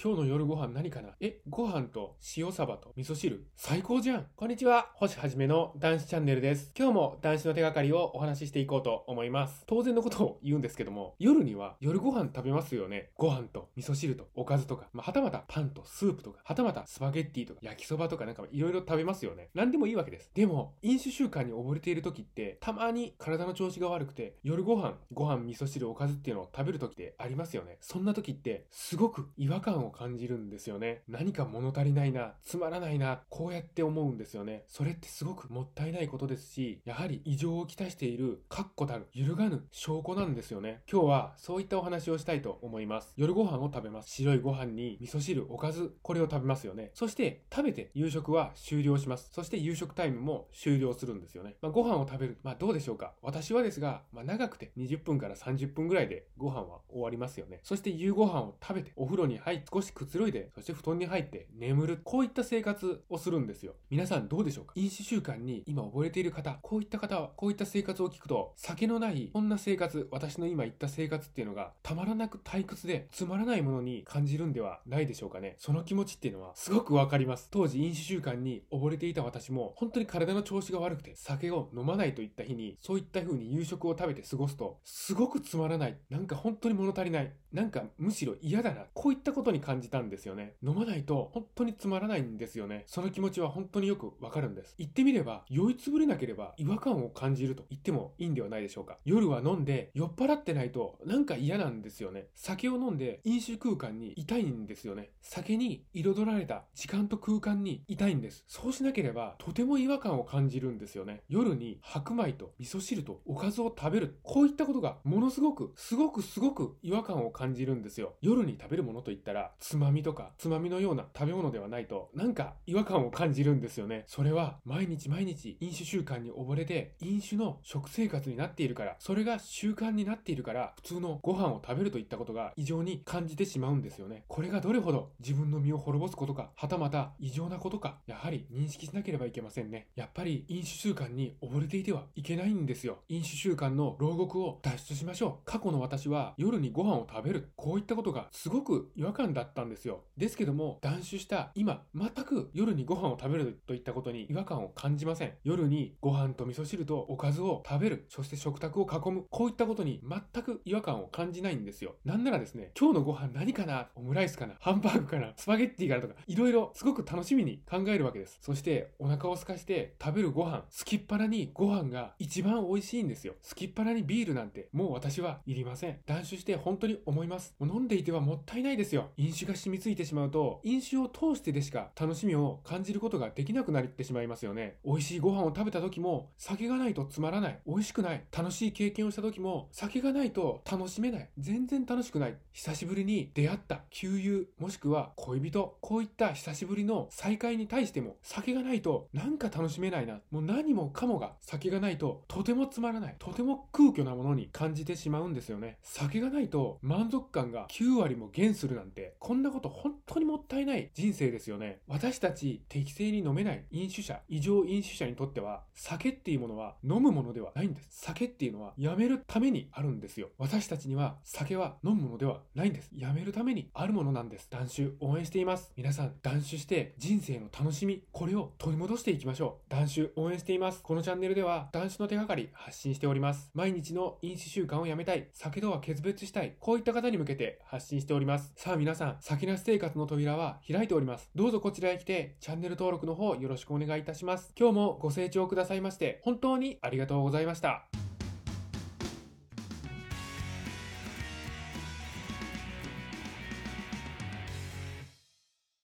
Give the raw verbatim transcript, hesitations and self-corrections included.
今日の夜ご飯何かな。え、ご飯と塩サバと味噌汁最高じゃん。こんにちは。星はじめの男子チャンネルです。今日も男子の手がかりをお話ししていこうと思います。当然のことを言うんですけども、夜には夜ご飯食べますよね。ご飯と味噌汁とおかずとか、まあ、はたまたパンとスープとか、はたまたスパゲッティとか焼きそばとかなんかいろいろ食べますよね。何でもいいわけです。でも、飲酒習慣に溺れている時って、たまに体の調子が悪くて、夜ご飯、ご飯、味噌汁、おかずっていうのを食べる時ってありますよね。そんな時って、すごく違和感を感じるんですよね。何か物足りないな、つまらないな、こうやって思うんですよね。それってすごくもったいないことですし、やはり異常をきたしている確固たる揺るがぬ証拠なんですよね。今日はそういったお話をしたいと思います。夜ご飯を食べます。白いご飯に味噌汁、おかず、これを食べますよね。そして食べて夕食は終了します。そして夕食タイムも終了するんですよね。まあ、ご飯を食べる。まあどうでしょうか。私はですが、まあ長くてにじゅっぷんからさんじゅっぷんぐらいでご飯は終わりますよね。そして夕ご飯を食べてお風呂に入って少しくつろいで、そして布団に入って眠る。こういった生活をするんですよ。皆さんどうでしょうか。飲酒習慣に今溺れている方、こういった方は、こういった生活を聞くと、酒のない、こんな生活、私の今言った生活っていうのが、たまらなく退屈で、つまらないものに感じるんではないでしょうかね。その気持ちっていうのは、すごくわかります。当時飲酒習慣に溺れていた私も、本当に体の調子が悪くて、酒を飲まないといった日に、そういった風に夕食を食べて過ごすと、すごくつまらない。なんか本当に物足りない。なんかむしろ嫌だな。こういったことに感じたんですよね。飲まないと本当につまらないんですよね。その気持ちは本当によくわかるんです。言ってみれば、酔いつぶれなければ違和感を感じると言ってもいいんではないでしょうか。夜は飲んで酔っ払ってないとなんか嫌なんですよね。酒を飲んで飲酒空間にいたいんですよね。酒に彩られた時間と空間にいたいんです。そうしなければとても違和感を感じるんですよね。夜に白米と味噌汁とおかずを食べる。こういったことがものすごく、すごくすごく違和感を感じるんですよ。夜に食べるものといったら、つまみとか、つまみのような食べ物ではないと、なんか違和感を感じるんですよね。それは、毎日毎日飲酒習慣に溺れて、飲酒の食生活になっているから、それが習慣になっているから、普通のご飯を食べるといったことが異常に感じてしまうんですよね。これがどれほど自分の身を滅ぼすことか、はたまた異常なことか、やはり認識しなければいけませんね。やっぱり飲酒習慣に溺れていてはいけないんですよ。飲酒習慣の牢獄を脱出しましょう。過去の私は夜にご飯を食べる。こういったことがすごく違和感だったんですよ。ですけども、断酒した今、全く夜にご飯を食べるといったことに違和感を感じません。夜にご飯と味噌汁とおかずを食べる。そして食卓を囲む。こういったことに全く違和感を感じないんですよ。なんならですね、今日のご飯何かな、オムライスかな、ハンバーグかな、スパゲッティかなとか、いろいろすごく楽しみに考えるわけです。そしてお腹を空かして食べるご飯、すきっ腹にご飯が一番美味しいんですよ。すきっ腹にビールなんてもう私はいりません。断酒して本当に思います。もう飲んでいてはもったいないですよ。飲酒が染みついてしまうと、飲酒を通してでしか楽しみを感じることができなくなってしまいますよね。美味しいご飯を食べた時も、酒がないとつまらない。美味しくない。楽しい経験をした時も、酒がないと楽しめない。全然楽しくない。久しぶりに出会った旧友、もしくは恋人、こういった久しぶりの再会に対しても、酒がないとなんか楽しめないな。もう何もかもが酒がないととてもつまらない。とても空虚なものに感じてしまうんですよね。酒がないと満足感がきゅうわりも減するなんて、こんなこと本当にもったいない人生ですよね。私たち適正に飲めない飲酒者、異常飲酒者にとっては、酒っていうものは飲むものではないんです。酒っていうのはやめるためにあるんですよ。私たちには酒は飲むものではないんです。やめるためにあるものなんです。断酒応援しています。皆さん断酒して人生の楽しみ、これを取り戻していきましょう。断酒応援しています。このチャンネルでは断酒の手がかり発信しております。毎日の飲酒習慣をやめたい、酒とは決別したい、こういった方に向けて発信しております。さあ皆さん、酒なし生活の扉は開いております。どうぞこちらへ来てチャンネル登録の方よろしくお願いいたします。今日もご清聴くださいまして本当にありがとうございました。